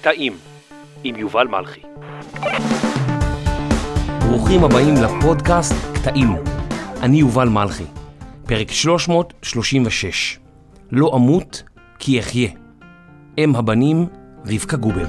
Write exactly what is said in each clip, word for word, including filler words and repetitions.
קטעים עם יובל מלכי. ברוכים הבאים לפודקאסט קטעים. אני יובל מלכי. פרק שלוש מאות שלושים ושש. לא אמות כי אחיה. אם הבנים רבקה גובר.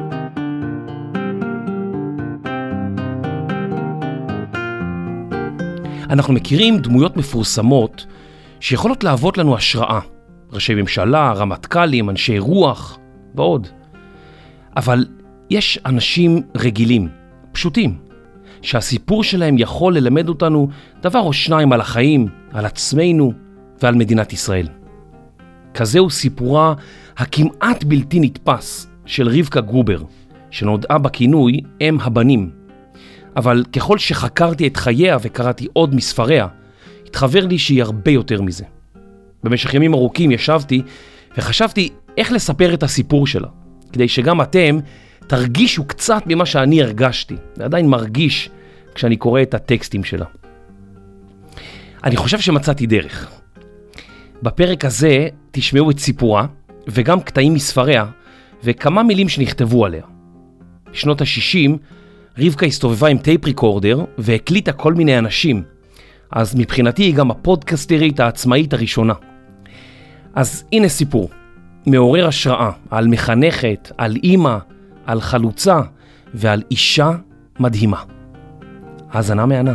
אנחנו מכירים דמויות מפורסמות שיכולות להוות לנו השראה. ראשי ממשלה, רמטכ"לים, אנשי רוח ועוד. אבל יש אנשים רגילים, פשוטים, שהסיפור שלהם יכול ללמד אותנו דבר או שניים על החיים, על עצמנו ועל מדינת ישראל. כזהו סיפורה הכמעט בלתי נתפס של רבקה גובר, שנודעה בכינוי אם הבנים. אבל ככל שחקרתי את חייה וקראתי עוד מספריה, התחבר לי שהיא הרבה יותר מזה. במשך ימים ארוכים ישבתי וחשבתי איך לספר את הסיפור שלה, כדי שגם אתם תרגישו קצת ממה שאני הרגשתי, ועדיין מרגיש כשאני קורא את הטקסטים שלה. אני חושב שמצאתי דרך. בפרק הזה תשמעו את סיפורה וגם קטעים מספריה וכמה מילים שנכתבו עליה. בשנות ה-שישים רבקה הסתובבה עם טייפ ריקורדר והקליטה כל מיני אנשים, אז מבחינתי היא גם הפודקסטרית העצמאית הראשונה. אז הנה סיפור, מעורר השראה על מחנכת, על אימא, על חלוצה ועל אישה מדהימה. האזנה מהנה.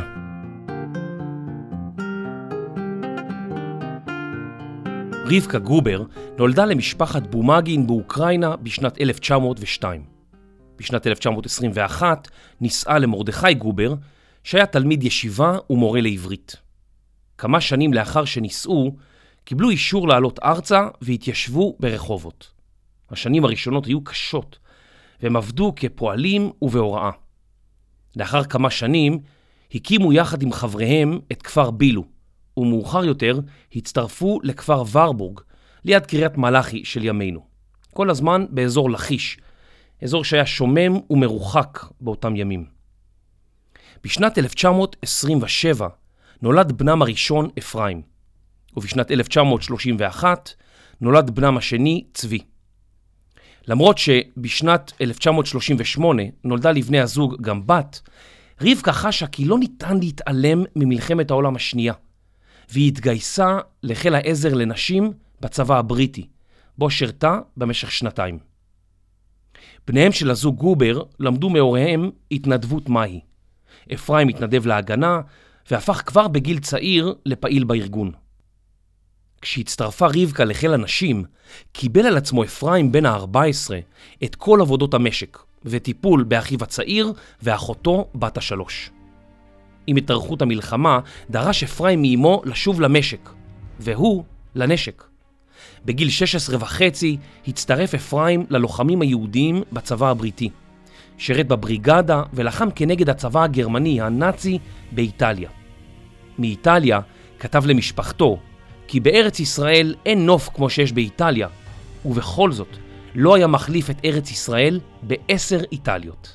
רבקה גובר נולדה למשפחת בומגין באוקראינה בשנת אלף תשע מאות ושתיים. בשנת אלף תשע מאות עשרים ואחת נישאה למרדכי גובר, שהיה תלמיד ישיבה ומורה לעברית. כמה שנים לאחר שנישאו, קיבלו אישור לעלות ארצה והתיישבו ברחובות. השנים הראשונות היו קשות, והם עבדו כפועלים ובהוראה. לאחר כמה שנים, הקימו יחד עם חבריהם את כפר בילו, ומאוחר יותר הצטרפו לכפר ורבורג, ליד קריית מלאכי של ימינו. כל הזמן באזור לחיש, אזור שהיה שומם ומרוחק באותם ימים. בשנת אלף תשע מאות עשרים ושבע נולד בנם הראשון אפרים, ובשנת אלף תשע מאות שלושים ואחת נולד בנם השני צבי. למרות שבשנת אלף תשע מאות שלושים ושמונה נולדה לבני הזוג גם בת, רבקה חשה כי לא ניתן להתעלם ממלחמת העולם השנייה, והיא התגייסה לחיל העזר לנשים בצבא הבריטי, בו שירתה במשך שנתיים. בניהם של הזוג גובר למדו מהוריהם התנדבות מהי. אפרים התנדב להגנה והפך כבר בגיל צעיר לפעיל בארגון. כשהצטרפה רבקה לחיל הנשים, קיבל על עצמו אפרים בן ה-ארבע עשרה את כל עבודות המשק וטיפול באחיו הצעיר ואחותו בת השלוש. עם התארכות המלחמה דרש אפרים מאמו לשוב למשק, והוא לנשק. בגיל שש עשרה וחצי הצטרף אפרים ללוחמים היהודים בצבא הבריטי. שירת בבריגדה ולחם כנגד הצבא הגרמני הנאצי באיטליה. מאיטליה כתב למשפחתו כי בארץ ישראל אין נוף כמו שיש באיטליה, ובכל זאת לא היה מחליף את ארץ ישראל בעשר איטליות.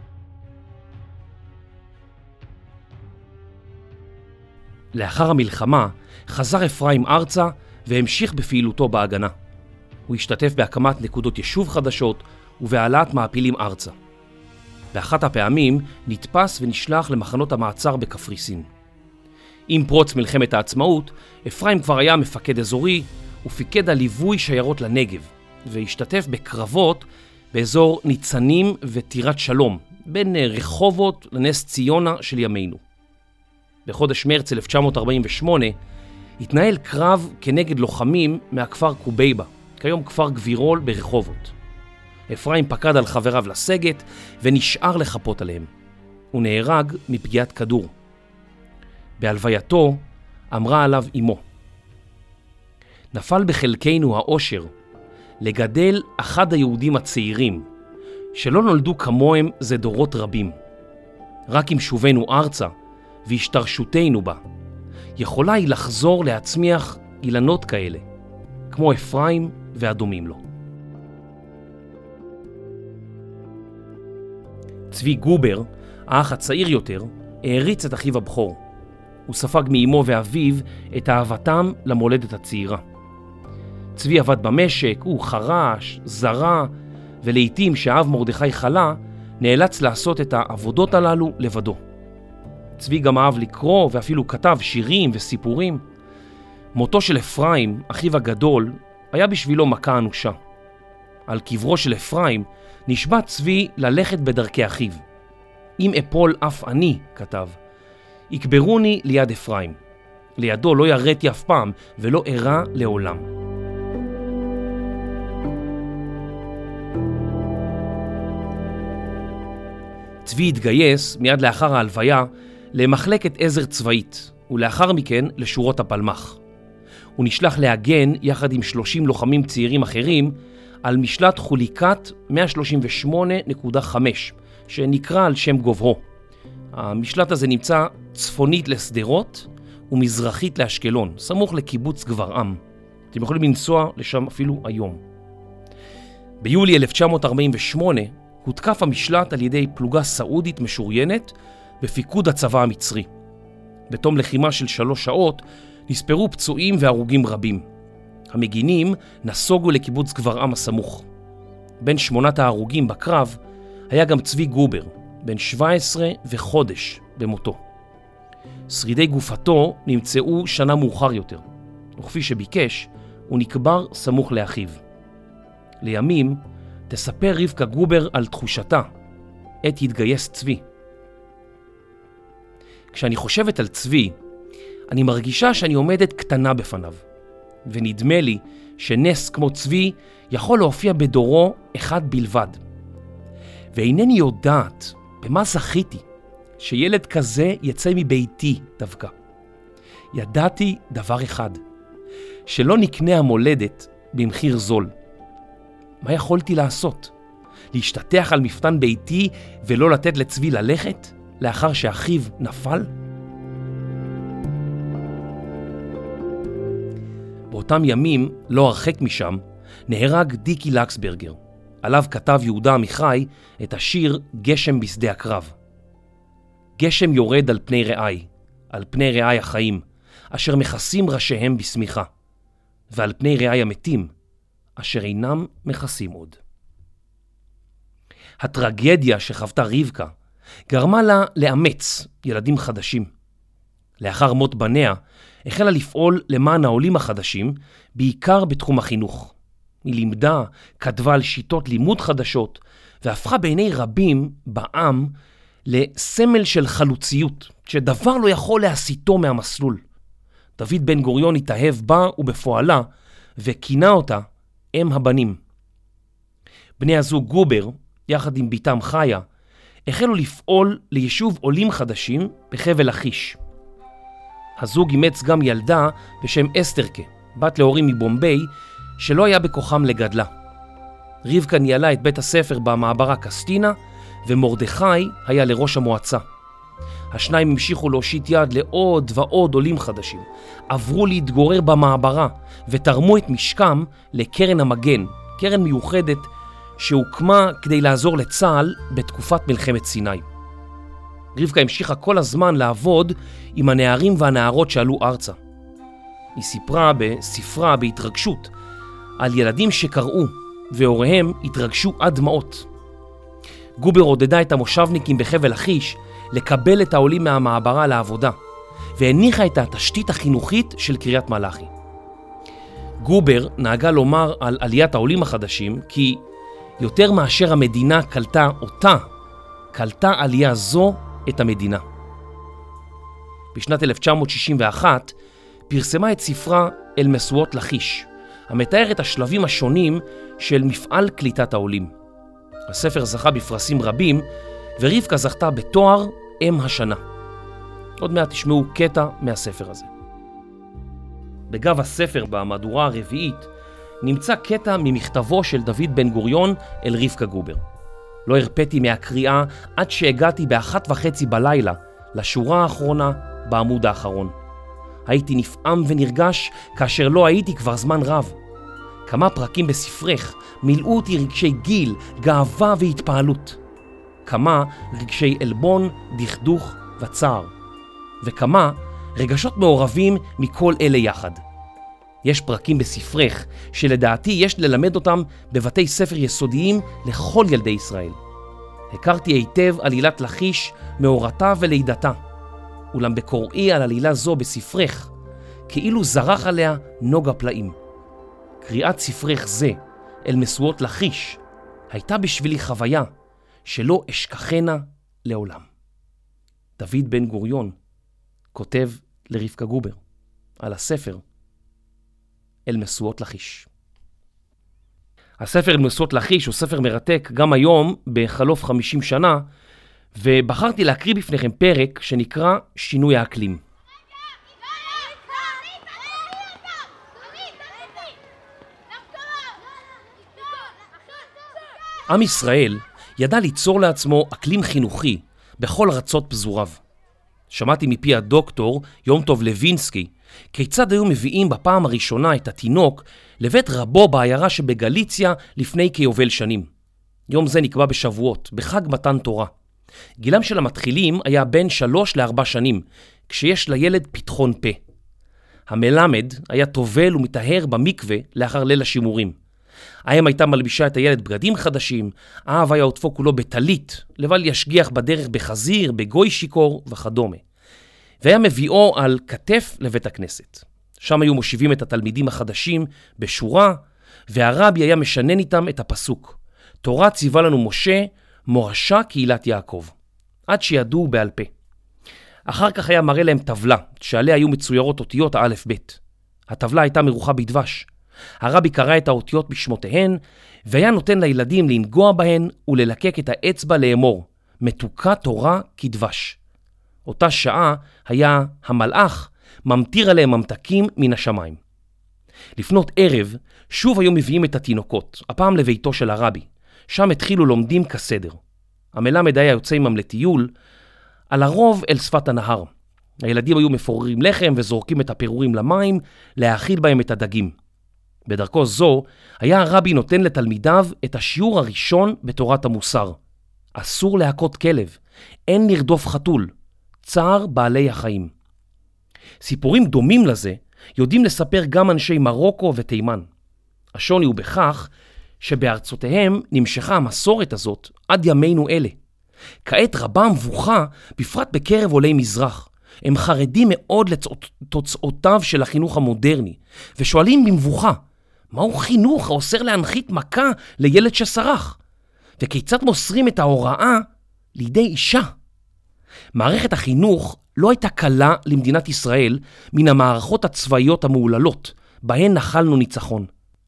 לאחר המלחמה חזר אפרים ארצה והמשיך בפעילותו בהגנה. הוא השתתף בהקמת נקודות יישוב חדשות ובהעלאת מעפילים ארצה. באחת הפעמים נתפס ונשלח למחנות המעצר בקפריסין. עם פרוץ מלחמת העצמאות, אפרים כבר היה מפקד אזורי ופיקד על ליווי שיירות לנגב, והשתתף בקרבות באזור ניצנים וטירת שלום, בין רחובות לנס ציונה של ימינו. בחודש מרץ אלף תשע מאות ארבעים ושמונה התנהל קרב כנגד לוחמים מהכפר קובייבה, כיום כפר גבירול ברחובות. אפרים פקד על חבריו לסגת ונשאר לחפות עליהם. הוא נהרג מפגיעת כדור. בהלווייתו אמרה עליו אמו: נפל בחלקנו האושר לגדל אחד היהודים הצעירים שלא נולדו כמוהם זה דורות רבים. רק עם שובנו ארצה והשתרשותנו בה יכולה היא לחזור להצמיח אילנות כאלה, כמו אפרים והדומים לו. צבי גובר, האח הצעיר יותר, העריץ את אחיו הבכור. הוא ספג מאמו ואביו את אהבתם למולדת הצעירה. צבי עבד במשק, הוא חרש, זרה, ולעיתים שאב מרדכי חלה, נאלץ לעשות את העבודות הללו לבדו. צבי גם אהב לקרוא ואפילו כתב שירים וסיפורים. מותו של אפרים, אחיו הגדול, היה בשבילו מכה אנושה. על קברו של אפרים נשבע צבי ללכת בדרכי אחיו. אם אפול אף אני, כתב, יקברוני ליד אפרים. לידו לא ירדתי אף פעם ולא אירע לעולם. צבי התגייס מיד לאחר ההלוויה למחלקת עזר צבאית ולאחר מכן לשורות הפלמ"ח. הוא נשלח להגן יחד עם שלושים לוחמים צעירים אחרים על משלט חוליקת מאה שלושים ושמונה נקודה חמש שנקרא על שם גובהו. המשלט הזה נמצא צפונית לשדרות ומזרחית לאשקלון, סמוך לקיבוץ גברעם. אתם יכולים לנסוע לשם אפילו היום. ביולי אלף תשע מאות ארבעים ושמונה הותקף המשלט על ידי פלוגה סעודית משוריינת בפיקוד הצבא המצרי. בתום לחימה של שלוש שעות נספרו פצועים והרוגים רבים. המגינים נסוגו לקיבוץ גברעם הסמוך. בין שמונת ההרוגים בקרב היה גם צבי גובר, בן שבע עשרה וחודש במותו. שרידי גופתו נמצאו שנה מאוחר יותר, וכפי שביקש, הוא נקבר סמוך לאחיו. לימים תספר רבקה גובר על תחושתה, עת התגייס צבי. כשאני חושבת על צבי, אני מרגישה שאני עומדת קטנה בפניו, ונדמה לי שנס כמו צבי יכול להופיע בדורו אחד בלבד. ואינני יודעת במה זכיתי שילד כזה יצא מביתי דווקא. ידעתי דבר אחד, שלא נקנה המולדת במחיר זול. מה יכולתי לעשות? להשתטח על מפתן ביתי ולא לתת לצבי ללכת לאחר שאחיו נפל? באותם ימים, לא הרחק משם, נהרג דיקי לקסברגר. עליו כתב יהודה עמיחי את השיר גשם בשדה הקרב. גשם יורד על פני רעי, על פני רעי החיים, אשר מכסים ראשיהם בשמיכה, ועל פני רעי המתים, אשר אינם מכסים עוד. הטרגדיה שחוותה רבקה גרמה לה לאמץ ילדים חדשים. לאחר מות בניה החלה לפעול למען העולים החדשים, בעיקר בתחום החינוך. היא לימדה, כתבה על שיטות לימוד חדשות, והפכה בעיני רבים בעם לסמל של חלוציות, שדבר לא יכול להסיטו מהמסלול. דוד בן גוריון התאהב בה ובפועלה, וכינה אותה אם הבנים. בני הזוג גובר, יחד עם ביתם חיה, החלו לפעול ליישוב עולים חדשים בחבל לכיש. הזוג אימץ גם ילדה בשם אסתרקה, בת להורים מבומביי, שלא היה בכוחם לגדלה. רבקה ניהלה את בית הספר במעברה קסטינה, ומרדכי היה לראש המועצה. השניים המשיכו להושיט יד לעוד ועוד עולים חדשים, עברו להתגורר במעברה, ותרמו את משקם לקרן המגן, קרן מיוחדת שהוקמה כדי לעזור לצה"ל בתקופת מלחמת סיני. רבקה המשיכה כל הזמן לעבוד עם הנערים והנערות שעלו ארצה. היא סיפרה בספרה בהתרגשות על ילדים שקראו, והוריהם התרגשו עד דמעות. גובר עודדה את המושבניקים בחבל לכיש לקבל את העולים מהמעברה לעבודה, והניחה את התשתית החינוכית של קריית מלאכי. גובר נהגה לומר על עליית העולים החדשים כי יותר מאשר המדינה קלטה אותה, קלטה עלייה זו את המדינה. בשנת אלף תשע מאות שישים ואחת פרסמה את ספרה אל משואות לכיש, המתאר את השלבים השונים של מפעל קליטת העולים. הספר זכה בפרסים רבים, ורבקה זכתה בתואר אם השנה. עוד מעט תשמעו קטע מהספר הזה. בגב הספר במהדורה הרביעית נמצא קטע ממכתבו של דוד בן גוריון אל רבקה גובר. לא הרפאתי מהקריאה עד שהגעתי באחת וחצי בלילה לשורה האחרונה בעמוד האחרון. הייתי נפעם ונרגש כאשר לא הייתי כבר זמן רב. כמה פרקים בספרך מילאו אותי רגשי גיל, גאווה והתפעלות. כמה רגשי אלבון, דכדוך וצער. וכמה רגשות מעורבים מכל אלה יחד. יש פרקים בספרך שלדעתי יש ללמד אותם בבתי ספר יסודיים לכל ילדי ישראל. הכרתי היטב עלילת לכיש, מאורתה ולידתה. אולם בקוראי על עלילה זו בספרך, כאילו זרח עליה נוגה פלאים. קריאת ספרך זה אל משואות לכיש הייתה בשבילי חוויה שלא אשכחנה לעולם. דוד בן גוריון כותב לרבקה גובר על הספר אל משואות לכיש. הספר אל משואות לכיש הוא ספר מרתק גם היום בחלוף חמישים שנה, ובחרתי להקריא בפניכם פרק שנקרא שינוי האקלים. עם ישראל ידע ליצור לעצמו אקלים חינוכי בכל ארצות פזוריו. שמעתי מפי הדוקטור יום טוב לוינסקי כיצד היו מביאים בפעם הראשונה את התינוק לבית רבו בעיירה שבגליציה לפני כיובל שנים. יום זה נקבע בשבועות, בחג מתן תורה. גילם של המתחילים היה בין שלוש לארבע שנים, כשיש לילד פתחון פה. המלמד היה טובל ומטהר במקווה לאחר ליל השימורים. האם הייתה מלבישה את הילד בגדים חדשים, האב היה עוטפו כולו בטלית, לבל ישגיח בדרך בחזיר, בגוי שיקור וכדומה. והיה מביאו על כתף לבית הכנסת. שם היו מושיבים את התלמידים החדשים בשורה, והרבי היה משנן איתם את הפסוק. תורה ציווה לנו משה, מורשה קהילת יעקב. עד שידעו בעל פה. אחר כך היה מראה להם טבלה, שעליה היו מצוירות אותיות האלף בית. הטבלה הייתה מרוחה בדבש. הרבי קרא את האותיות בשמותיהן, והיה נותן לילדים לנגוע בהן וללקק את האצבע לאמור, מתוקה תורה כדבש. אותה שעה היה המלאך ממטיר עליהם ממתקים מן השמיים. לפנות ערב שוב היו מביאים את התינוקות, הפעם לביתו של הרבי. שם התחילו לומדים כסדר. המלמד היה יוצא עמם לטיול, על הרוב אל שפת הנהר. הילדים היו מפוררים לחם וזורקים את הפירורים למים, להאכיל בהם את הדגים. בדרכו זו היה הרבי נותן לתלמידיו את השיעור הראשון בתורת המוסר. אסור להכות כלב, אין לרדוף חתול, צער בעלי החיים. סיפורים דומים לזה יודעים לספר גם אנשי מרוקו ותימן. השוני הוא בכך שבארצותיהם נמשכה המסורת הזאת עד ימינו אלה. כעת רבה המבוכה, בפרט בקרב עולי מזרח. הם חרדים מאוד לתוצאותיו של החינוך המודרני, ושואלים במבוכה, מהו חינוך האוסר להנחית מכה לילד שסרח? וכיצד מוסרים את ההוראה לידי אישה? מערכת החינוך לא הייתה קלה למדינת ישראל מן המערכות הצבאיות המעוללות, בהן נחלנו ניצחון.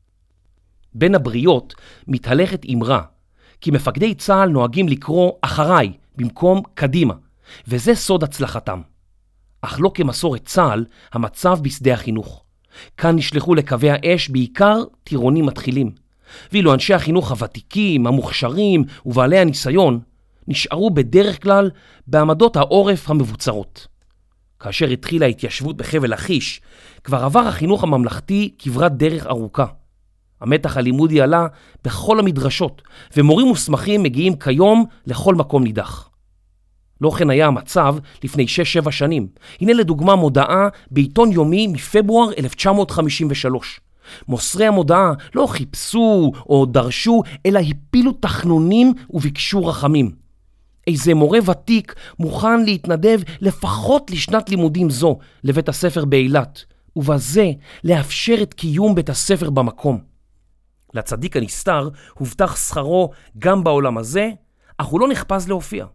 בין הבריות מתהלכת אמרה, כי מפקדי צה"ל נוהגים לקרוא אחריי במקום קדימה, וזה סוד הצלחתם. אך לא כמסורת צה"ל המצב בשדה החינוך. כאן נשלחו לקווי האש בעיקר טירונים מתחילים, ואילו אנשי החינוך הוותיקים, המוכשרים ובעלי הניסיון נשארו בדרך כלל בעמדות העורף המבוצרות. כאשר התחילה ההתיישבות בחבל לכיש, כבר עבר החינוך הממלכתי כברת דרך ארוכה. המתח הלימודי עלה בכל המדרשות, ומורים מוסמכים מגיעים כיום לכל מקום נידח. לא כן היה המצב לפני שש שבע שנים. הנה לדוגמה מודעה בעיתון יומי מפברואר אלף תשע מאות חמישים ושלוש. מוסרי המודעה לא חיפשו או דרשו, אלא הפילו תחנונים וביקשו רחמים. איזה מורה ותיק מוכן להתנדב לפחות לשנת לימודים זו לבית הספר באילת, ובזה לאפשר את קיום בית הספר במקום. לצדיק הנסתר הובטח שכרו גם בעולם הזה, אך הוא לא נחפז להופיע.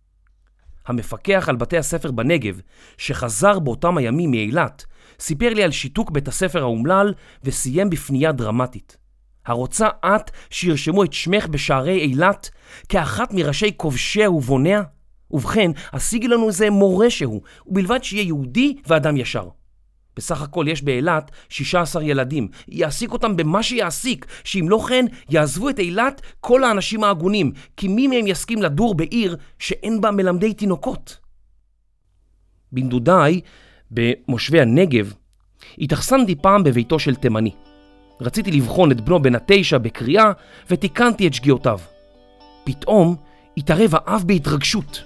המפקח על בתי הספר בנגב, שחזר באותם הימים מאילת, סיפר לי על שיתוק בית הספר האומלל וסיים בפנייה דרמטית. הרוצה את שירשמו את שמך בשערי אילת כאחת מראשי כובשיה ובוניה? ובכן, השיגי לנו איזה מורה שהוא, ובלבד שיהיה יהודי ואדם ישר. בסך הכל יש באילת שישה עשר ילדים. יעסיק אותם במה שיעסיק, שאם לא כן יעזבו את אילת כל האנשים ההגונים, כי מי מהם יסכים לדור בעיר שאין בה מלמדי תינוקות? בנדודיי, במושבי הנגב, התאכסנתי פעם בביתו של תימני. רציתי לבחון את בנו בן התשע בקריאה ותיקנתי את שגיאותיו. פתאום התערב האב בהתרגשות.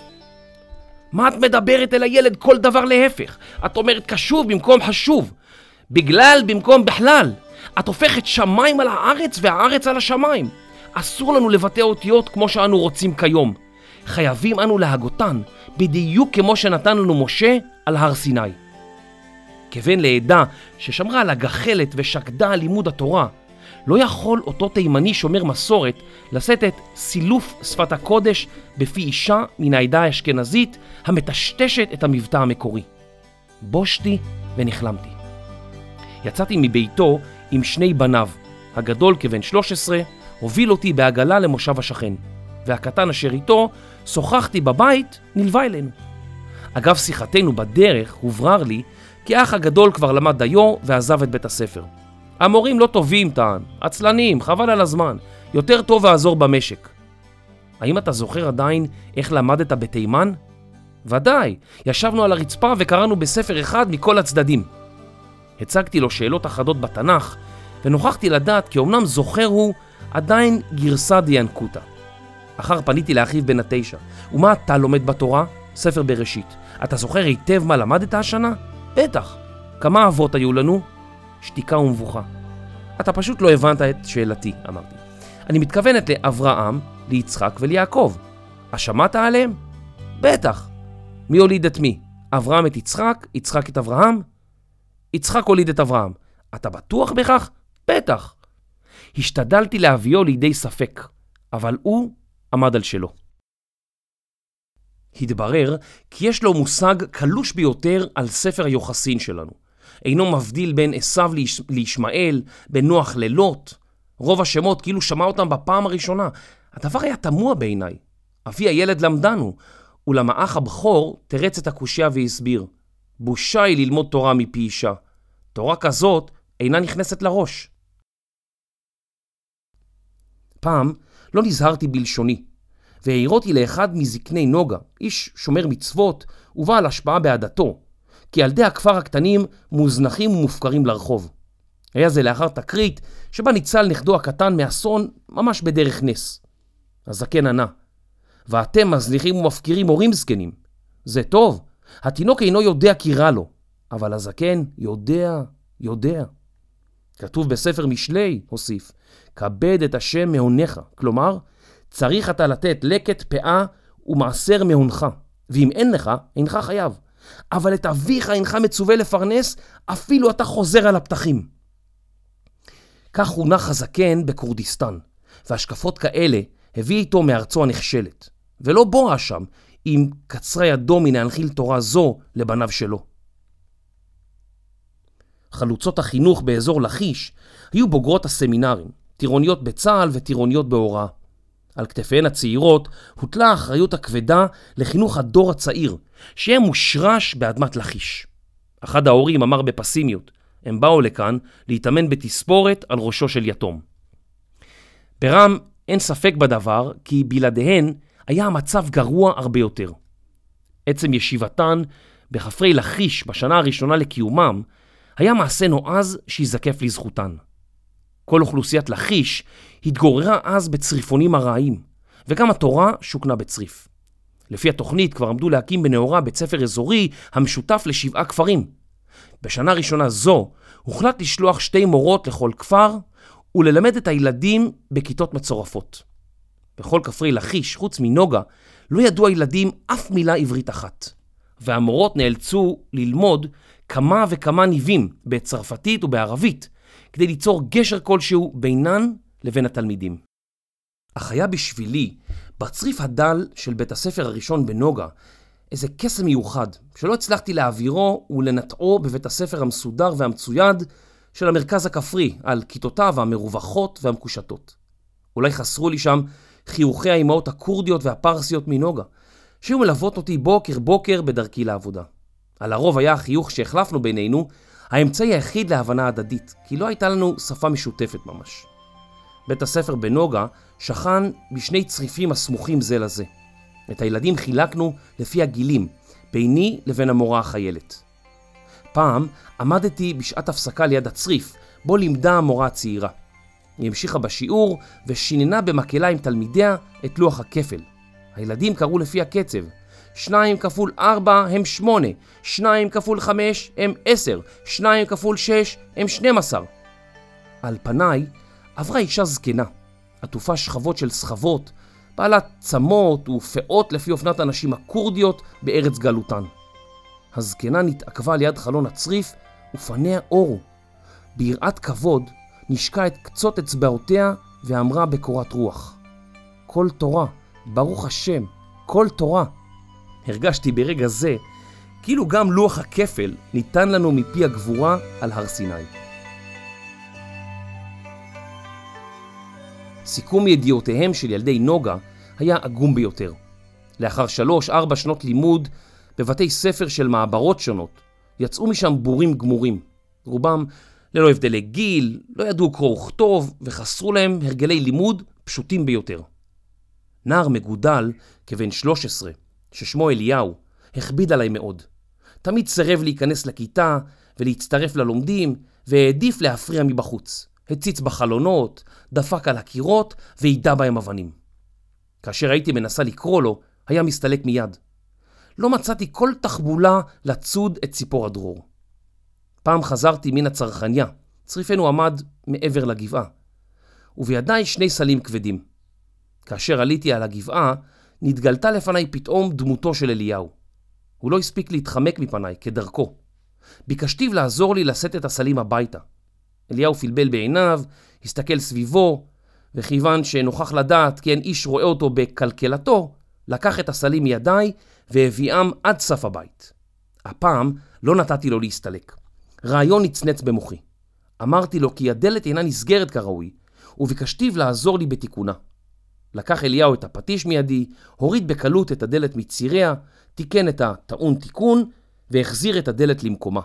מה את מדברת אל הילד כל דבר להפך? את אומרת קשוב במקום חשוב. בגלל במקום בכלל. את הופכת שמיים על הארץ והארץ על השמיים. אסור לנו לבטא אותיות כמו שאנו רוצים כיום. חייבים אנו להגותן, בדיוק כמו שנתן לנו משה על הר סיני. כבן לעדה ששמרה על הגחלת ושקדה על לימוד התורה, לא יכול אותו תימני שומר מסורת לשאת את סילוף שפת הקודש בפי אישה מן העדה האשכנזית המטשטשת את המבטא המקורי. בושתי ונחלמתי. יצאתי מביתו עם שני בניו. הגדול כבן שלוש עשרה הוביל אותי בעגלה למושב השכן, והקטן אשר איתו שוחחתי בבית נלווה אלינו. אגב שיחתנו בדרך הוברר לי כי האח הגדול כבר למד דיו ועזב את בית הספר. המורים לא טובים, טען, עצלנים, חבל על הזמן, יותר טוב ועזור במשק. האם אתה זוכר עדיין איך למדת בתימן? ודאי, ישבנו על הרצפה וקראנו בספר אחד מכל הצדדים. הצגתי לו שאלות אחדות בתנ"ך, ונוכחתי לדעת כי אמנם זוכר הוא עדיין גרסא דינקותא. אחר פניתי לאחיו בן התשע. ומה אתה לומד בתורה? ספר בראשית. אתה זוכר היטב מה למדת השנה? בטח. כמה אבות היו לנו? שתיקה ומבוכה. אתה פשוט לא הבנת את שאלתי, אמרתי. אני מתכוונת לאברהם, ליצחק וליעקב. השמעת עליהם? בטח. מי הוליד את מי? אברהם את יצחק, יצחק את אברהם? יצחק הוליד את אברהם. אתה בטוח בכך? בטח. השתדלתי להביאו לידי ספק, אבל הוא עמד על שלו. התברר כי יש לו מושג קלוש ביותר על ספר היוחסין שלנו. אינו מבדיל בין עשיו ליש... לישמעאל, בין נוח ללוט. רוב השמות כאילו שמע אותם בפעם הראשונה. הדבר היה תמוה בעיניי. אבי הילד למדנו, אולם האח הבכור תרץ את הקושיה והסביר. בושה היא ללמוד תורה מפי אישה. תורה כזאת אינה נכנסת לראש. פעם לא נזהרתי בלשוני, והעירותי לאחד מזקני נוגה, איש שומר מצוות ובעל השפעה בעדתו, כי ילדי הכפר הקטנים מוזנחים ומופקרים לרחוב. היה זה לאחר תקרית שבה ניצל נכדו הקטן מאסון ממש בדרך נס. הזקן ענה, ואתם מזניחים ומפקירים הורים זקנים. זה טוב, התינוק אינו יודע כי רע לו, אבל הזקן יודע, יודע. כתוב בספר משלי, הוסיף, כבד את השם מהונך, כלומר, צריך אתה לתת לקט פאה ומעשר מהונך, ואם אין לך, אינך חייב. אבל את אביך אינך מצווה לפרנס, אפילו אתה חוזר על הפתחים. כך הונח הזקן בקורדיסטן, והשקפות כאלה הביא איתו מארצו הנחשלת, ולא בואה שם עם קצרה ידו מנהנחיל תורה זו לבניו שלו. חלוצות החינוך באזור לחיש היו בוגרות הסמינרים, טירוניות בצהל וטירוניות בהוראה. על כתפיהן הצעירות הוטלה האחריות הכבדה לחינוך הדור הצעיר, שהיה מושרש באדמת לחיש. אחד ההורים אמר בפסימיות, הם באו לכאן להתאמן בתספורת על ראשו של יתום. ברם אין ספק בדבר כי בלעדיהן היה המצב גרוע הרבה יותר. עצם ישיבתן בחפרי לחיש בשנה הראשונה לקיומם היה מעשה נועז שיזקף לזכותן. כל אוכלוסיית לחיש התגוררה אז בצריפונים הרעיים, וגם התורה שוכנה בצריף. לפי התוכנית כבר עמדו להקים בנאורה בית ספר אזורי המשותף לשבעה כפרים. בשנה ראשונה זו הוחלט לשלוח שתי מורות לכל כפר וללמד את הילדים בכיתות מצורפות. בכל כפרי לחיש, חוץ מנוגה, לא ידעו הילדים אף מילה עברית אחת, והמורות נאלצו ללמוד כמה וכמה ניבים בצרפתית ובערבית, כדי ליצור גשר כלשהו בינן לבין התלמידים. אך היה בשבילי, בצריף הדל של בית הספר הראשון בנוגה, איזה קסם מיוחד, שלא הצלחתי להעבירו ולנטעו בבית הספר המסודר והמצויד של המרכז הכפרי, על כיתותיו המרווחות והמקושטות. אולי חסרו לי שם חיוכי האימהות הקורדיות והפרסיות מנוגה, שהיו מלוות אותי בוקר בוקר בדרכי לעבודה. על הרוב היה החיוך שהחלפנו בינינו, האמצעי היחיד להבנה הדדית, כי לא הייתה לנו שפה משותפת ממש. בית הספר בנוגה שכן בשני צריפים הסמוכים זה לזה. את הילדים חילקנו לפי הגילים, ביני לבין המורה החיילת. פעם עמדתי בשעת הפסקה ליד הצריף, בו לימדה המורה הצעירה. היא המשיכה בשיעור ושיננה במקלה עם תלמידיה את לוח הכפל. הילדים קראו לפי הקצב, שניים כפול ארבע הם שמונה, שניים כפול חמש הם עשר, שניים כפול שש הם שנים עשר. על פניי עברה אישה זקנה, עטופה שכבות של סחבות, בעלת צמות ופאות לפי אופנת הנשים הקורדיות בארץ גלותן. הזקנה נתעכבה ליד חלון הצריף ופניה אורו. ביראת כבוד נשקה את קצות אצבעותיה ואמרה בקורת רוח, כל תורה, ברוך השם, כל תורה. הרגשתי ברגע זה כאילו גם לוח הכפל ניתן לנו מפי הגבורה על הר סיני. סיכום ידיעותיהם של ילדי נוגה היה עגום ביותר. לאחר שלוש, ארבע שנות לימוד בבתי ספר של מעברות שונות, יצאו משם בורים גמורים. רובם ללא הבדלי גיל, לא ידעו קרוא וכתוב וחסרו להם הרגלי לימוד פשוטים ביותר. נער מגודל כבן שלוש עשרה, ששמו אליהו, הכביד עליי מאוד. תמיד סירב להיכנס לכיתה ולהצטרף ללומדים והעדיף להפריע מבחוץ. הציץ בחלונות, דפק על הקירות ועידה בהם אבנים. כאשר הייתי מנסה לקרוא לו, היה מסתלק מיד. לא מצאתי כל תחבולה לצוד את ציפור הדרור. פעם חזרתי מן הצרכניה, צריפנו עמד מעבר לגבעה, ובידיי שני סלים כבדים. כאשר עליתי על הגבעה, נתגלתה לפניי פתאום דמותו של אליהו. הוא לא הספיק להתחמק מפניי כדרכו. ביקשתיו לעזור לי לשאת את הסלים הביתה. אליהו פלבל בעיניו, הסתכל סביבו, וכיוון שנוכח לדעת כי אין איש רואה אותו בקלקלתו, לקח את הסלים מידיי והביאם עד סף הבית. הפעם לא נתתי לו להסתלק. רעיון נצנץ במוחי. אמרתי לו כי הדלת אינה נסגרת כראוי, וביקשתיו לעזור לי בתיקונה. לקח אליהו את הפטיש מידי, הוריד בקלות את הדלת מציריה, תיקן את הטעון תיקון, והחזיר את הדלת למקומה.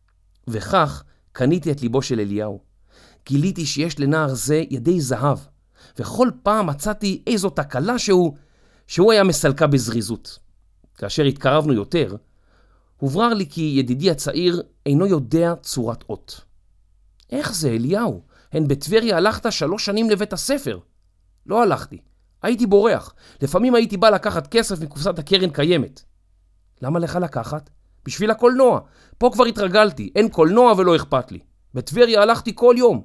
וכך קניתי את ליבו של אליהו. גיליתי שיש לנער זה ידי זהב, וכל פעם מצאתי איזו תקלה שהוא, שהוא היה מסלקה בזריזות. כאשר התקרבנו יותר, הוברר לי כי ידידי הצעיר אינו יודע צורת אות. איך זה, אליהו? הן בטבריה הלכת שלוש שנים לבית הספר. לא הלכתי, הייתי בורח. לפעמים הייתי בא לקחת כסף מקופסת הקרן קיימת. למה לך לקחת? בשביל הקולנוע. פה כבר התרגלתי, אין קולנוע ולא אכפת לי. בטבריה הלכתי כל יום.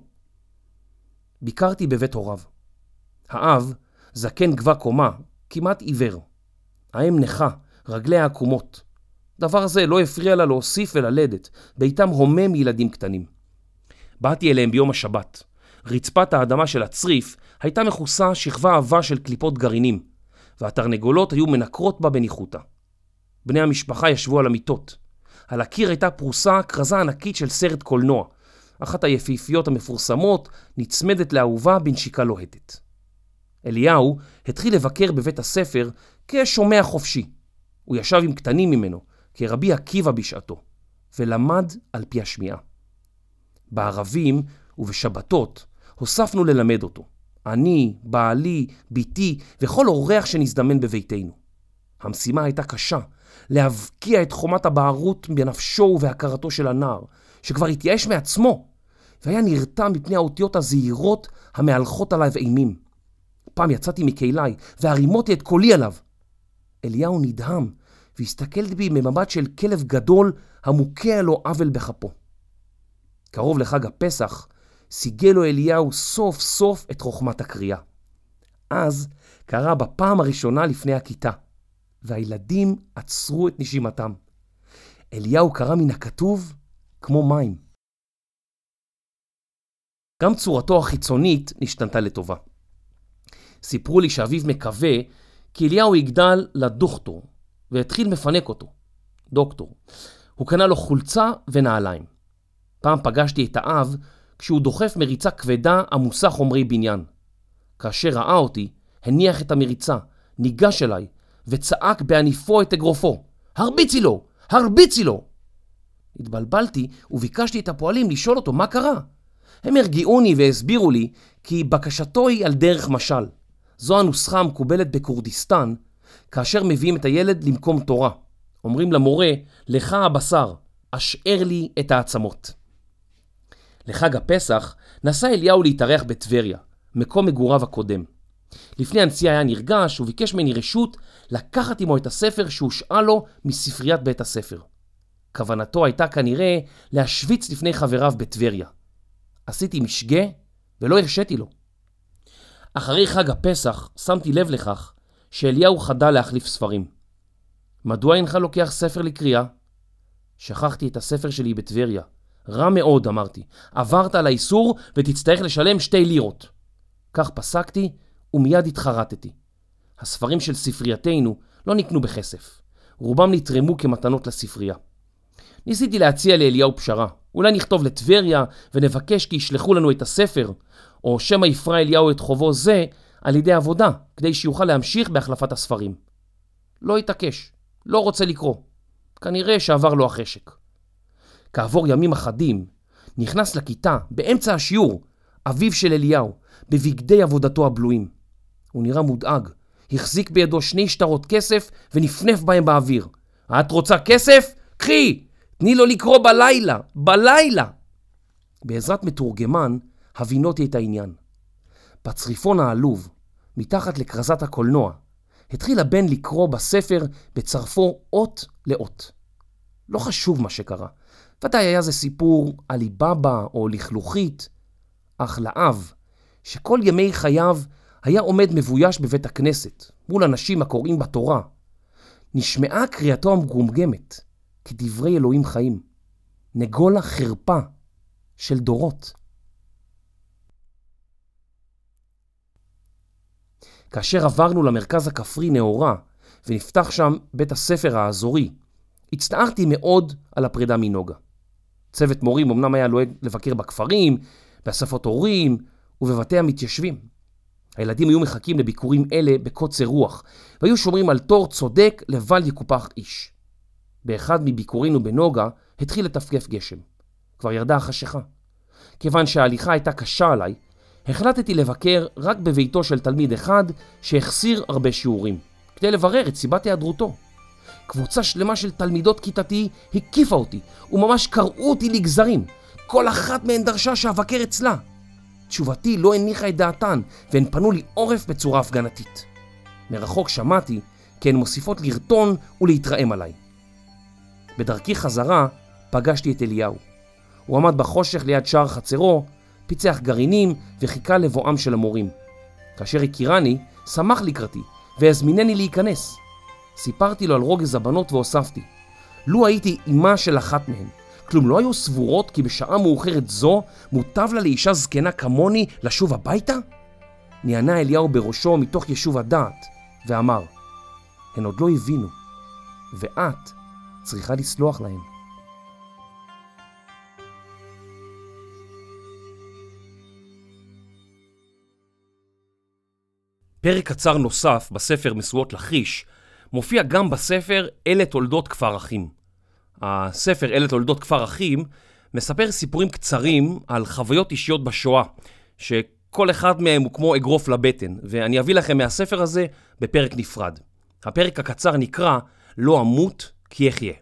ביקרתי בבית הוריו. האב, זקן גבה קומה, כמעט עיוור. האם נכה, רגליה עקומות. דבר זה לא הפריע לה להוסיף וללדת, ביתם הומם מילדים קטנים. באתי אליהם ביום השבת. רצפת האדמה של הצריף הייתה מכוסה שכבה עבה של קליפות גרעינים, והתרנגולות היו מנקרות בה בניחותה. בני המשפחה ישבו על המיטות. על הקיר הייתה פרוסה כרזה ענקית של סרט קולנוע. אחת היפיפיות המפורסמות נצמדת לאהובה בנשיקה לוהטת. אליהו התחיל לבקר בבית הספר כשומע חופשי. הוא ישב עם קטנים ממנו, כרבי עקיבא בשעתו, ולמד על פי השמיעה. בערבים ובשבתות הוספנו ללמד אותו. אני, בעלי, ביתי וכל אורח שנזדמן בביתנו. המשימה הייתה קשה, להבקיע את חומת הבערות בנפשו ובהכרתו של הנער, שכבר התייאש מעצמו, והיה נרתע מפני האותיות הזהירות המהלכות עליו אימים. פעם יצאתי מקהילי והרימותי את קולי עליו. אליהו נדהם והסתכל בי ממבט של כלב גדול המוקע לו עוול בכפו. קרוב לחג הפסח סיגל לו אליהו סוף סוף את חוכמת הקריאה. אז קרא בפעם הראשונה לפני הכיתה, והילדים עצרו את נשימתם. אליהו קרא מן הכתוב כמו מים. גם צורתו החיצונית נשתנתה לטובה. סיפרו לי שאביו מקווה כי אליהו יגדל לדוקטור, והתחיל מפנק אותו. דוקטור. הוא קנה לו חולצה ונעליים. פעם פגשתי את האב כשהוא דוחף מריצה כבדה עמוסה חומרי בניין. כאשר ראה אותי, הניח את המריצה, ניגש אליי, וצעק בעניפו את אגרופו. הרביצי לו! הרביצי לו! התבלבלתי וביקשתי את הפועלים לשאול אותו מה קרה. הם הרגיעוני והסבירו לי כי בקשתו היא על דרך משל. זו הנוסחה המקובלת בקורדיסטן, כאשר מביאים את הילד למקום תורה. אומרים למורה, לך הבשר, אשאר לי את העצמות. לחג הפסח נסע אליהו להתארח בטבריה, מקום מגוריו הקודם. לפני הנסיעה היה נרגש וביקש ממני רשות לקחת עמו את הספר שהושאל לו מספריית בית הספר. כוונתו הייתה כנראה להשוויץ לפני חבריו בטבריה. עשיתי משגה ולא הרשיתי לו. אחרי חג הפסח שמתי לב לכך שאליהו חדל להחליף ספרים. מדוע אינך לוקח ספר לקריאה? שכחתי את הספר שלי בטבריה. רע מאוד, אמרתי. עברת על האיסור ותצטרך לשלם שתי לירות. כך פסקתי ומיד התחרטתי. הספרים של ספרייתנו לא נקנו בכסף. רובם נתרמו כמתנות לספרייה. ניסיתי להציע לאליהו פשרה. אולי נכתוב לטבריה ונבקש כי ישלחו לנו את הספר, או שמא יפרע אליהו את חובו זה על ידי עבודה, כדי שיוכל להמשיך בהחלפת הספרים. לא התעקש, לא רוצה לקרוא. כנראה שעבר לו החשק. כעבור ימים אחדים, נכנס לכיתה באמצע השיעור, אביו של אליהו, בבגדי עבודתו הבלויים. הוא נראה מודאג, החזיק בידו שני שטרות כסף ונפנף בהם באוויר. את רוצה כסף? קחי! תני לו לקרוא בלילה, בלילה! בעזרת מתורגמן, הבינותי את העניין. בצריפון העלוב, מתחת לקרזת הקולנוע, התחיל הבן לקרוא בספר בצרפו אות לאות. לא חשוב מה שקרה. ודאי היה זה סיפור עלי בבא או לכלוכית, אך לאב, שכל ימי חייו היה עומד מבויש בבית הכנסת, מול אנשים הקוראים בתורה, נשמעה קריאתו המגומגמת, כדברי אלוהים חיים, נגולה חרפה של דורות. כאשר עברנו למרכז הכפרי נאורה, ונפתח שם בית הספר האזורי, הצטערתי מאוד על הפרידה מנוגה. צוות מורים אמנם היה לועג לבקר בכפרים, באספות הורים ובבתי המתיישבים. הילדים היו מחכים לביקורים אלה בקוצר רוח, והיו שומרים על תור צודק לבל יקופח איש. באחד מביקורינו בנוגה התחיל לתפקף גשם. כבר ירדה החשיכה. כיוון שההליכה הייתה קשה עליי, החלטתי לבקר רק בביתו של תלמיד אחד שהחסיר הרבה שיעורים, כדי לברר את סיבת היעדרותו. קבוצה שלמה של תלמידות כיתתי הקיפה אותי, וממש קראו אותי לגזרים. כל אחת מהן דרשה שאבקר אצלה. תשובתי לא הניחה את דעתן, והן פנו לי עורף בצורה הפגנתית. מרחוק שמעתי כי הן מוסיפות לרטון ולהתרעם עליי. בדרכי חזרה פגשתי את אליהו. הוא עמד בחושך ליד שער חצרו, פיצח גרעינים וחיכה לבואם של המורים. כאשר הכירני, שמח לקראתי והזמינני להיכנס. סיפרתי לו על רוגז הבנות והוספתי, לו הייתי אימה של אחת מהן, כלום לא היו סבורות כי בשעה מאוחרת זו מוטב לה לאישה זקנה כמוני לשוב הביתה? נענה אליהו בראשו מתוך ישוב הדעת ואמר, הן עוד לא הבינו, ואת צריכה לסלוח להן. פרק קצר נוסף בספר משואות לכיש מופיע גם בספר אלה תולדות כפר אחים. הספר אלה תולדות כפר אחים מספר סיפורים קצרים על חוויות אישיות בשואה, שכל אחד מהם הוא כמו אגרוף לבטן, ואני אביא לכם מהספר הזה בפרק נפרד. הפרק הקצר נקרא לא אמות כי אחיה.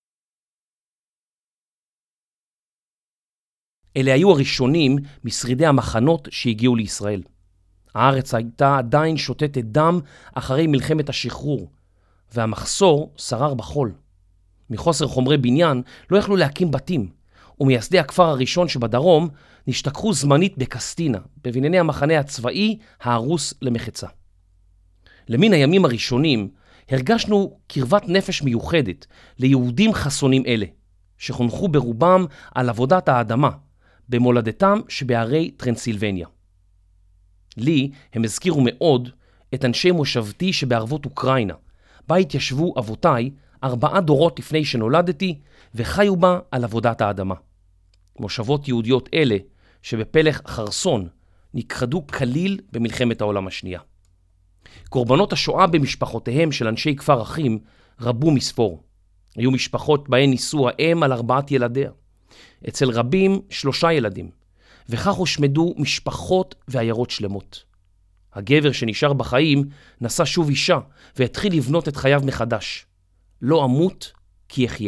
אלה היו הראשונים משרידי המחנות שהגיעו לישראל. הארץ הייתה עדיין שותתת דם אחרי מלחמת השחרור, והמחסור שרר בחול. מחוסר חומרי בניין לא יכלו להקים בתים, ומייסדי הכפר הראשון שבדרום נשתכחו זמנית בקסטינה, בבנייני המחנה הצבאי ההרוס למחצה. למן הימים הראשונים הרגשנו קרבת נפש מיוחדת ליהודים חסונים אלה, שחונכו ברובם על עבודת האדמה, במולדתם שבערי טרנסילבניה. לי הם הזכירו מאוד את אנשי מושבתי שבערבות אוקראינה, בה התיישבו אבותיי ארבעה דורות לפני שנולדתי וחיו בה על עבודת האדמה. מושבות יהודיות אלה שבפלך חרסון נכחדו כליל במלחמת העולם השנייה. קורבנות השואה במשפחותיהם של אנשי כפר אחים רבו מספור. היו משפחות בהן ניסו האם על ארבעת ילדיה. אצל רבים שלושה ילדים, וכך הושמדו משפחות ועיירות שלמות. הגבר שנשאר בחיים נשא שוב אישה והתחיל לבנות את חייו מחדש. לא אמות כי אחיה.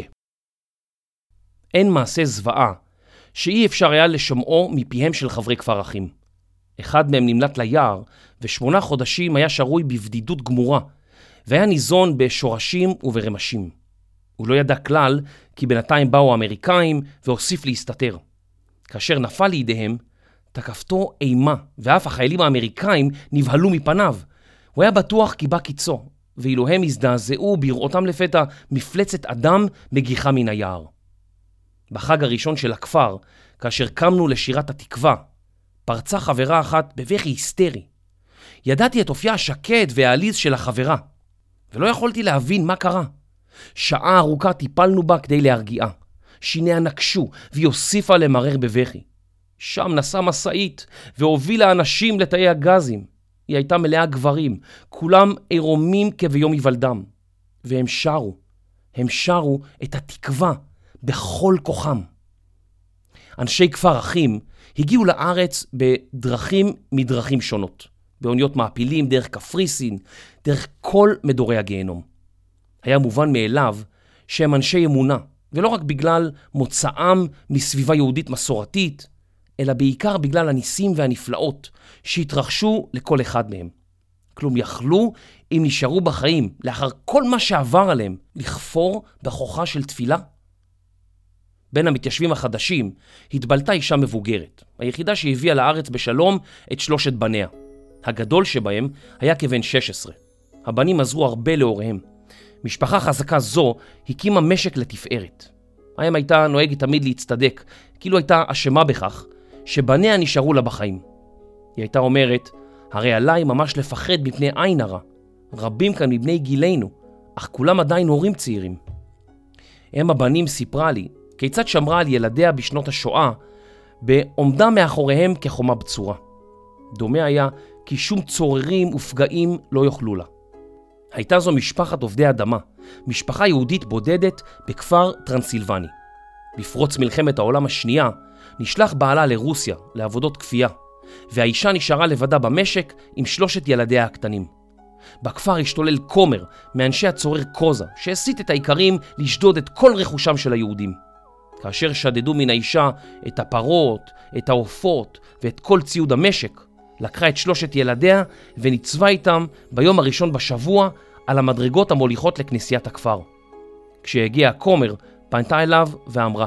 אין מעשה זוועה שאי אפשר היה לשמעו מפיהם של חברי כפר אחים. אחד מהם נמלט ליער, ושמונה חודשים היה שרוי בבדידות גמורה, והיה ניזון בשורשים וברמשים. הוא לא ידע כלל, כי בינתיים באו האמריקאים והוסיף להסתתר. כאשר נפל לידיהם, תקפתו אימה, ואף החיילים האמריקאים נבהלו מפניו. הוא היה בטוח כי בא קיצו, ואילו הם הזדעזעו בראותם לפתע מפלצת אדם מגיחה מן היער. בחג הראשון של הכפר, כאשר קמנו לשירת התקווה, פרצה חברה אחת בבכי היסטרי. ידעתי את אופייה השקט והעליז של החברה, ולא יכולתי להבין מה קרה. שעה ארוכה טיפלנו בה כדי להרגיעה. שיניה נקשו והיא הוסיפה למרר בבכי. שם נסעה מסעית והובילה אנשים לתאי הגזים. היא הייתה מלאה גברים, כולם עירומים כביום היוולדם. והם שרו, הם שרו את התקווה בכל כוחם. אנשי כפר אחים הגיעו לארץ בדרכים מדרכים שונות. באוניות מעפילים, דרך קפריסין, דרך כל מדורי הגיהנום. היה מובן מאליו שהם אנשי אמונה, ולא רק בגלל מוצאם מסביבה יהודית מסורתית, אלא בעיקר בגלל הניסים והנפלאות שהתרחשו לכל אחד מהם. כלום יכלו, אם נשארו בחיים, לאחר כל מה שעבר עליהם, לכפור בכוחה של תפילה? בין המתיישבים החדשים התבלטה אישה מבוגרת, היחידה שהביאה לארץ בשלום את שלושת בניה. הגדול שבהם היה כבן שש עשרה. הבנים עזרו הרבה להוריהם. משפחה חזקה זו הקימה משק לתפארת. האם הייתה נוהגת תמיד להצטדק, כאילו הייתה אשמה בכך שבניה נשארו לה בחיים. היא הייתה אומרת, הרי עליי ממש לפחד מפני עין הרע. רבים כאן מבני גילנו, אך כולם עדיין הורים צעירים. אם הבנים סיפרה לי כיצד שמרה על ילדיה בשנות השואה, בעומדה מאחוריהם כחומה בצורה. דומה היה כי שום צוררים ופגעים לא יוכלו לה. הייתה זו משפחת עובדי אדמה, משפחה יהודית בודדת בכפר טרנסילבני. בפרוץ מלחמת העולם השנייה, נשלח בעלה לרוסיה לעבודות כפייה, והאישה נשארה לבדה במשק עם שלושת ילדיה הקטנים. בכפר השתולל כומר מאנשי הצורר קוזה, שהסית את העיקרים לשדוד את כל רכושם של היהודים. כאשר שדדו מן האישה את הפרות, את העופות ואת כל ציוד המשק, לקחה את שלושת ילדיה וניצבה איתם ביום הראשון בשבוע על המדרגות המוליכות לכנסיית הכפר. כשהגיע הכומר, פנתה אליו ואמרה,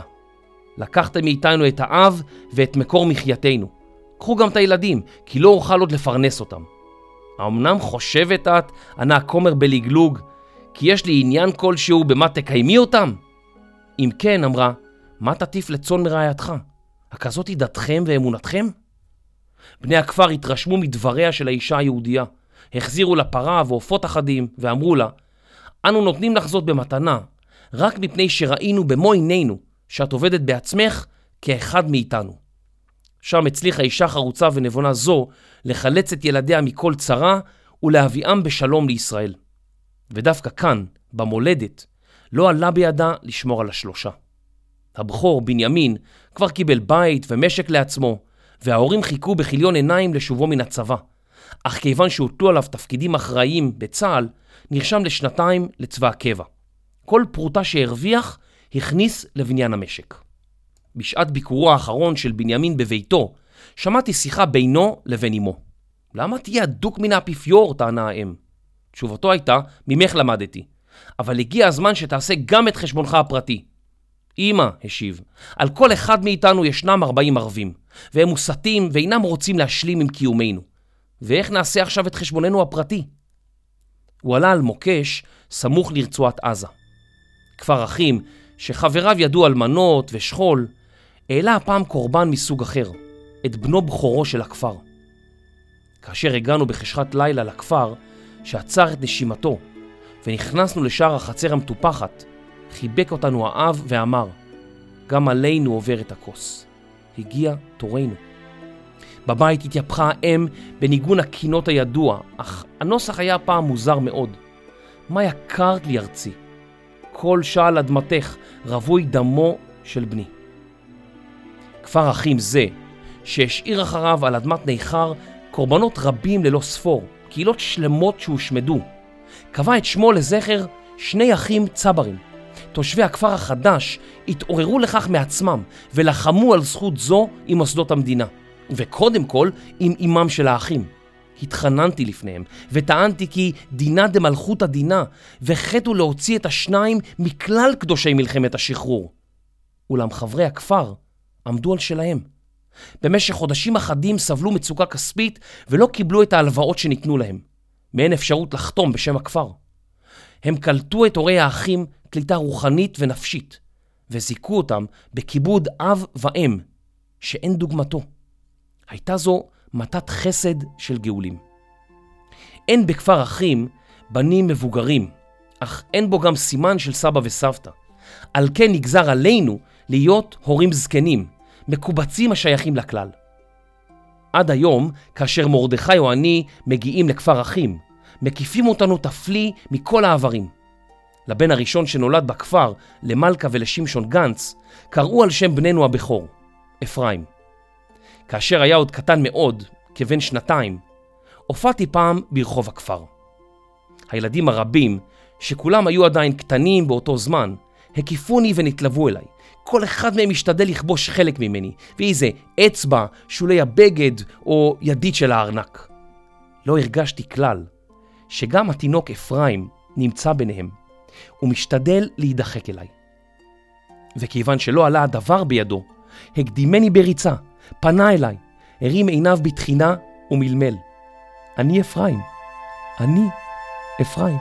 לקחתם מאיתנו את האב ואת מקור מחייתנו. קחו גם את הילדים, כי לא אוכל עוד לפרנס אותם. האמנם חושבת את, ענה הכומר בלגלוג, כי יש לי עניין כלשהו במה תקיימי אותם? אם כן, אמרה, מה תטיף לצאן מרעייתך? הכזאת היא דתכם ואמונתכם? בני הכפר התרשמו מדבריה של האישה היהודייה, החזירו לה פרה ועופות אחדים ואמרו לה, אנו נותנים לך זאת במתנה, רק מפני שראינו במו עינינו שאת עובדת בעצמך כאחד מאיתנו. שם הצליחה אישה חרוצה ונבונה זו לחלץ את ילדיה מכל צרה ולהביאם בשלום לישראל. ודווקא כאן, במולדת, לא עלה בידה לשמור על השלושה. הבכור, בנימין, כבר קיבל בית ומשק לעצמו, וההורים חיכו בכיליון עיניים לשובו מן הצבא. אך כיוון שהוטלו עליו תפקידים אחראיים בצה"ל, נרשם לשנתיים לצבא הקבע. כל פרוטה שהרוויח הכניס לבניין המשק. בשעת ביקורו האחרון של בנימין בביתו, שמעתי שיחה בינו לבין אמו. למה תהיה הדוק מן האפיפיור? טענה האם. תשובתו הייתה, ממך למדתי. אבל הגיע הזמן שתעשה גם את חשבונך הפרטי. אמא, השיב, על כל אחד מאיתנו ישנם ארבעים ערבים, והם מוסתים ואינם רוצים להשלים עם קיומנו. ואיך נעשה עכשיו את חשבוננו הפרטי? הוא עלה על מוקש סמוך לרצועת עזה. כפר אחים, שחבריו ידעו על מנות ושכול, העלה הפעם קורבן מסוג אחר, את בנו בכורו של הכפר. כאשר הגענו בחשכת לילה לכפר, שעצר את נשימתו, ונכנסנו לשער החצר המטופחת, חיבק אותנו האב ואמר, גם עלינו עובר את הכוס. הגיע תורנו. בבית התייפחה האם בניגון הקינות הידוע, אך הנוסח היה פעם מוזר מאוד. מה יקרת לי ארצי? כל שעל אדמתך רווי דמו של בני. כפר אחים זה, שהשאיר אחריו על אדמת ניכר קורבנות רבים ללא ספור, קהילות שלמות שהושמדו, קבע את שמו לזכר שני אחים צברים. תושבי הכפר החדש התעוררו לכך מעצמם ולחמו על זכות זו עם מוסדות המדינה, וקודם כל עם אמם של האחים. התחננתי לפניהם וטענתי כי דינה דמלכותא דינה, וחטאו להוציא את השניים מכלל קדושי מלחמת השחרור. אולם חברי הכפר עמדו על שלהם. במשך חודשים אחדים סבלו מצוקה כספית ולא קיבלו את ההלוואות שניתנו להם. מעין אפשרות לחתום בשם הכפר. הם קלטו את הורי האחים קליטה רוחנית ונפשית, וזיקו אותם בכיבוד אב ואם שאין דוגמתו. הייתה זו מתת חסד של גאולים. אין בכפר אחים בנים מבוגרים, אך אין בו גם סימן של סבא וסבתא. על כן נגזר עלינו להיות הורים זקנים, מקובצים השייכים לכלל. עד היום, כאשר מרדכי או אני מגיעים לכפר אחים, מקיפים אותנו תפלי מכל העברים. לבן הראשון שנולד בכפר, למלכה ולשמשון גנץ, קראו על שם בננו הבכור, אפרים. כאשר היה עוד קטן מאוד, כבן שנתיים, הופעתי פעם ברחוב הכפר. הילדים הרבים, שכולם היו עדיין קטנים באותו זמן, הקיפוני ונתלוו אליי. כל אחד מהם משתדל לכבוש חלק ממני, ואיזה אצבע, שולי הבגד או ידית של הארנק. לא הרגשתי כלל שגם התינוק אפרים נמצא ביניהם, ומשתדל להידחק אליי. וכיוון שלא עלה הדבר בידו, הקדימני בריצה, פנה אליי, הרים עיניו בתחינה ומלמל. אני אפרים, אני אפרים.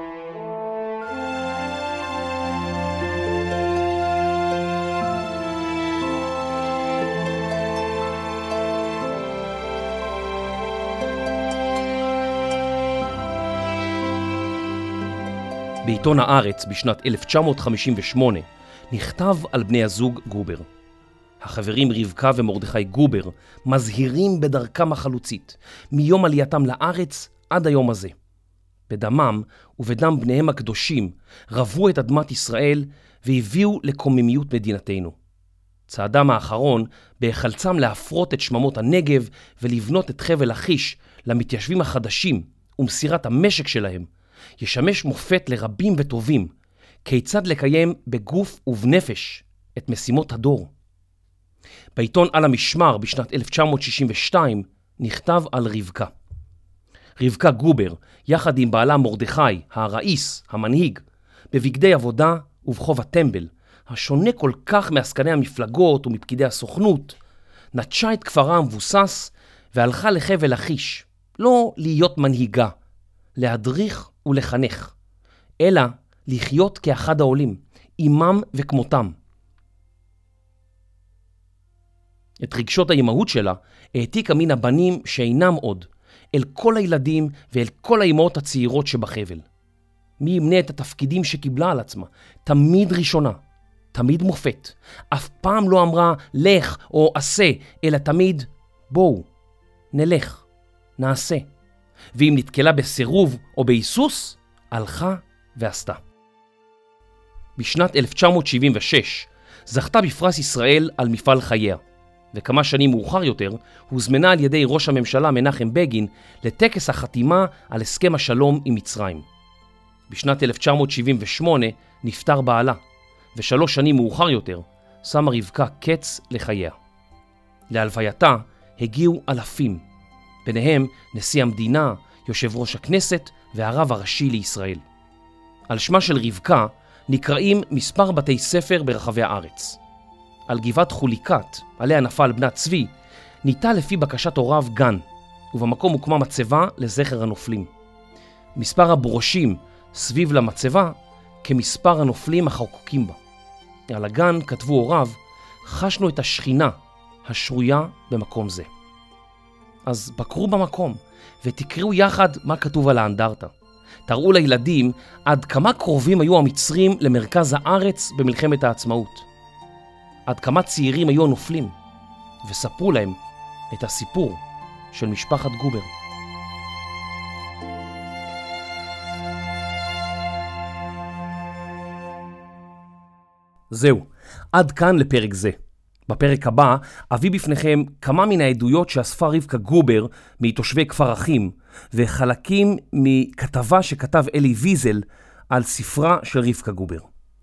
בעיתון הארץ בשנת אלף תשע מאות חמישים ושמונה נכתב על בני הזוג גובר. החברים רבקה ומרדכי גובר מזהירים בדרכם החלוצית, מיום עלייתם לארץ עד היום הזה. בדמם ובדם בניהם הקדושים רבו את אדמת ישראל והביאו לקוממיות מדינתנו. צעדם האחרון בהחלצם להפרות את שממות הנגב ולבנות את חבל לכיש למתיישבים החדשים ומסירת המשק שלהם, ישמש מופת לרבים וטובים, כיצד לקיים בגוף ובנפש את משימות הדור. בעיתון על המשמר בשנת אלף תשע מאות שישים ושתיים נכתב על רבקה. רבקה גובר, יחד עם בעלה מרדכי, הראיס, המנהיג, בבגדי עבודה וברחוב הטמבל, השונה כל כך מעסקני המפלגות ומפקידי הסוכנות, נטשה את כפרה המבוסס והלכה לחבל לכיש, לא להיות מנהיגה, להדריך ולחנך, אלא לחיות כאחד העולים, עמם וכמותם. את רגשות האימהות שלה העתיקה מן הבנים שאינם עוד, אל כל הילדים ואל כל האימהות הצעירות שבחבל. מי ימנה את התפקידים שקיבלה על עצמה? תמיד ראשונה, תמיד מופת. אף פעם לא אמרה לך או עשה, אלא תמיד בואו, נלך, נעשה. ואם נתקלה בסירוב או בהיסוס, הלכה ועשתה. בשנת אלף תשע מאות שבעים ושש זכתה בפרס ישראל על מפעל חייה, וכמה שנים מאוחר יותר הוזמנה על ידי ראש הממשלה מנחם בגין לטקס החתימה על הסכם השלום עם מצרים. בשנת אלף תשע מאות שבעים ושמונה נפטר בעלה, ושלוש שנים מאוחר יותר שמה רבקה קץ לחייה. להלווייתה הגיעו אלפים, ביניהם נשיא המדינה, יושב ראש הכנסת והרב הראשי לישראל. על שמה של רבקה נקראים מספר בתי ספר ברחבי הארץ. על גבעת חוליקת, עליה נפל בנת צבי, ניטה לפי בקשת הוריו גן, ובמקום הוקמה מצבה לזכר הנופלים. מספר הברושים סביב למצבה כמספר הנופלים החקוקים בה. על הגן כתבו הוריו, חשנו את השכינה השרויה במקום זה. אז בקרו במקום ותקראו יחד מה כתוב על האנדרטה. תראו לילדים עד כמה קרובים היו המצרים למרכז הארץ במלחמת העצמאות. עד כמה צעירים היו הנופלים, וספרו להם את הסיפור של משפחת גובר. זהו, עד כאן לפרק זה. בפרק הבא אביא בפניכם כמה מן העדויות שאספה רבקה גובר מתושבי כפר אחים, וחלקים מכתבה שכתב אלי ויזל על ספרה של רבקה גובר.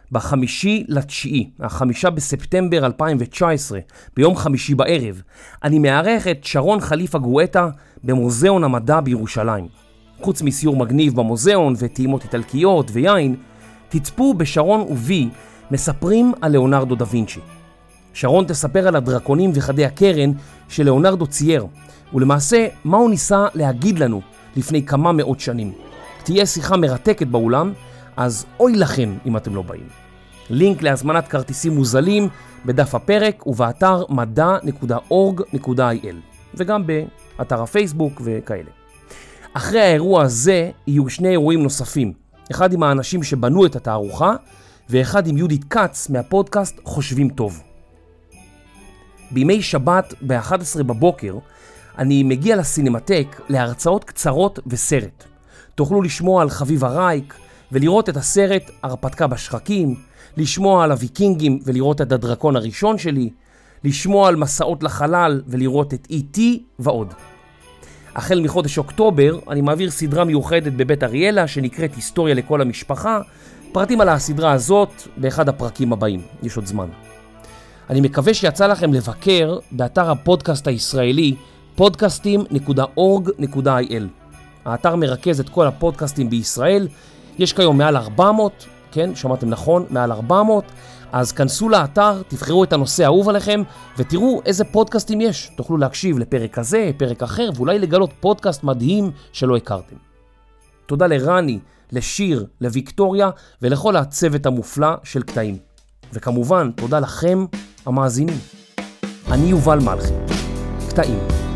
בחמישי לתשיעי, החמישה בספטמבר אלפיים תשע עשרה, ביום חמישי בערב, אני מארח את שרון חליפה גואטה במוזיאון המדע בירושלים. חוץ מסיור מגניב במוזיאון וטעימות איטלקיות ויין, תצפו בשרון ובי מספרים על ליאונרדו דה וינצ'י. שרון תספר על הדרקונים וחדי הקרן של ליאונרדו צייר, ולמעשה מה הוא ניסה להגיד לנו לפני כמה מאות שנים. תהיה שיחה מרתקת באולם, אז אוי לכם אם אתם לא באים. לינק להזמנת כרטיסים מוזלים בדף הפרק ובאתר מדע נקודה אורג נקודה איי אל, וגם באתר הפייסבוק וכאלה. אחרי האירוע הזה יהיו שני אירועים נוספים, אחד עם האנשים שבנו את התערוכה, ואחד עם יהודית קץ מהפודקאסט חושבים טוב. בימי שבת ב-אחת עשרה בבוקר אני מגיע לסינמטק להרצאות קצרות וסרט. תוכלו לשמוע על חביב הרייק ולראות את הסרט הרפתקה בשחקים, לשמוע על הוויקינגים ולראות את הדרקון הראשון שלי, לשמוע על מסעות לחלל ולראות את אי טי ועוד. החל מחודש אוקטובר אני מעביר סדרה מיוחדת בבית אריאלה שנקראת היסטוריה לכל המשפחה. פרטים על הסדרה הזאת באחד הפרקים הבאים, יש עוד זמן. אני מקווה שיצא לכם לבקר באתר הפודקאסט הישראלי פודקאסטים נקודה אורג נקודה איי אל. האתר מרכז את כל הפודקאסטים בישראל, יש כיום מעל ארבע מאות, כן, שמעתם נכון, מעל ארבע מאות, אז כנסו לאתר, תבחרו את הנושא האהוב עליכם ותראו איזה פודקאסטים יש. תוכלו להקשיב לפרק כזה, פרק אחר, ואולי לגלות פודקאסט מדהים שלא הכרתם. תודה לרני, לשיר, לוויקטוריה ולכל הצוות המופלא של קטעים. וכמובן, תודה לכם, המאזינים. אני יובל מלכי. קטעים.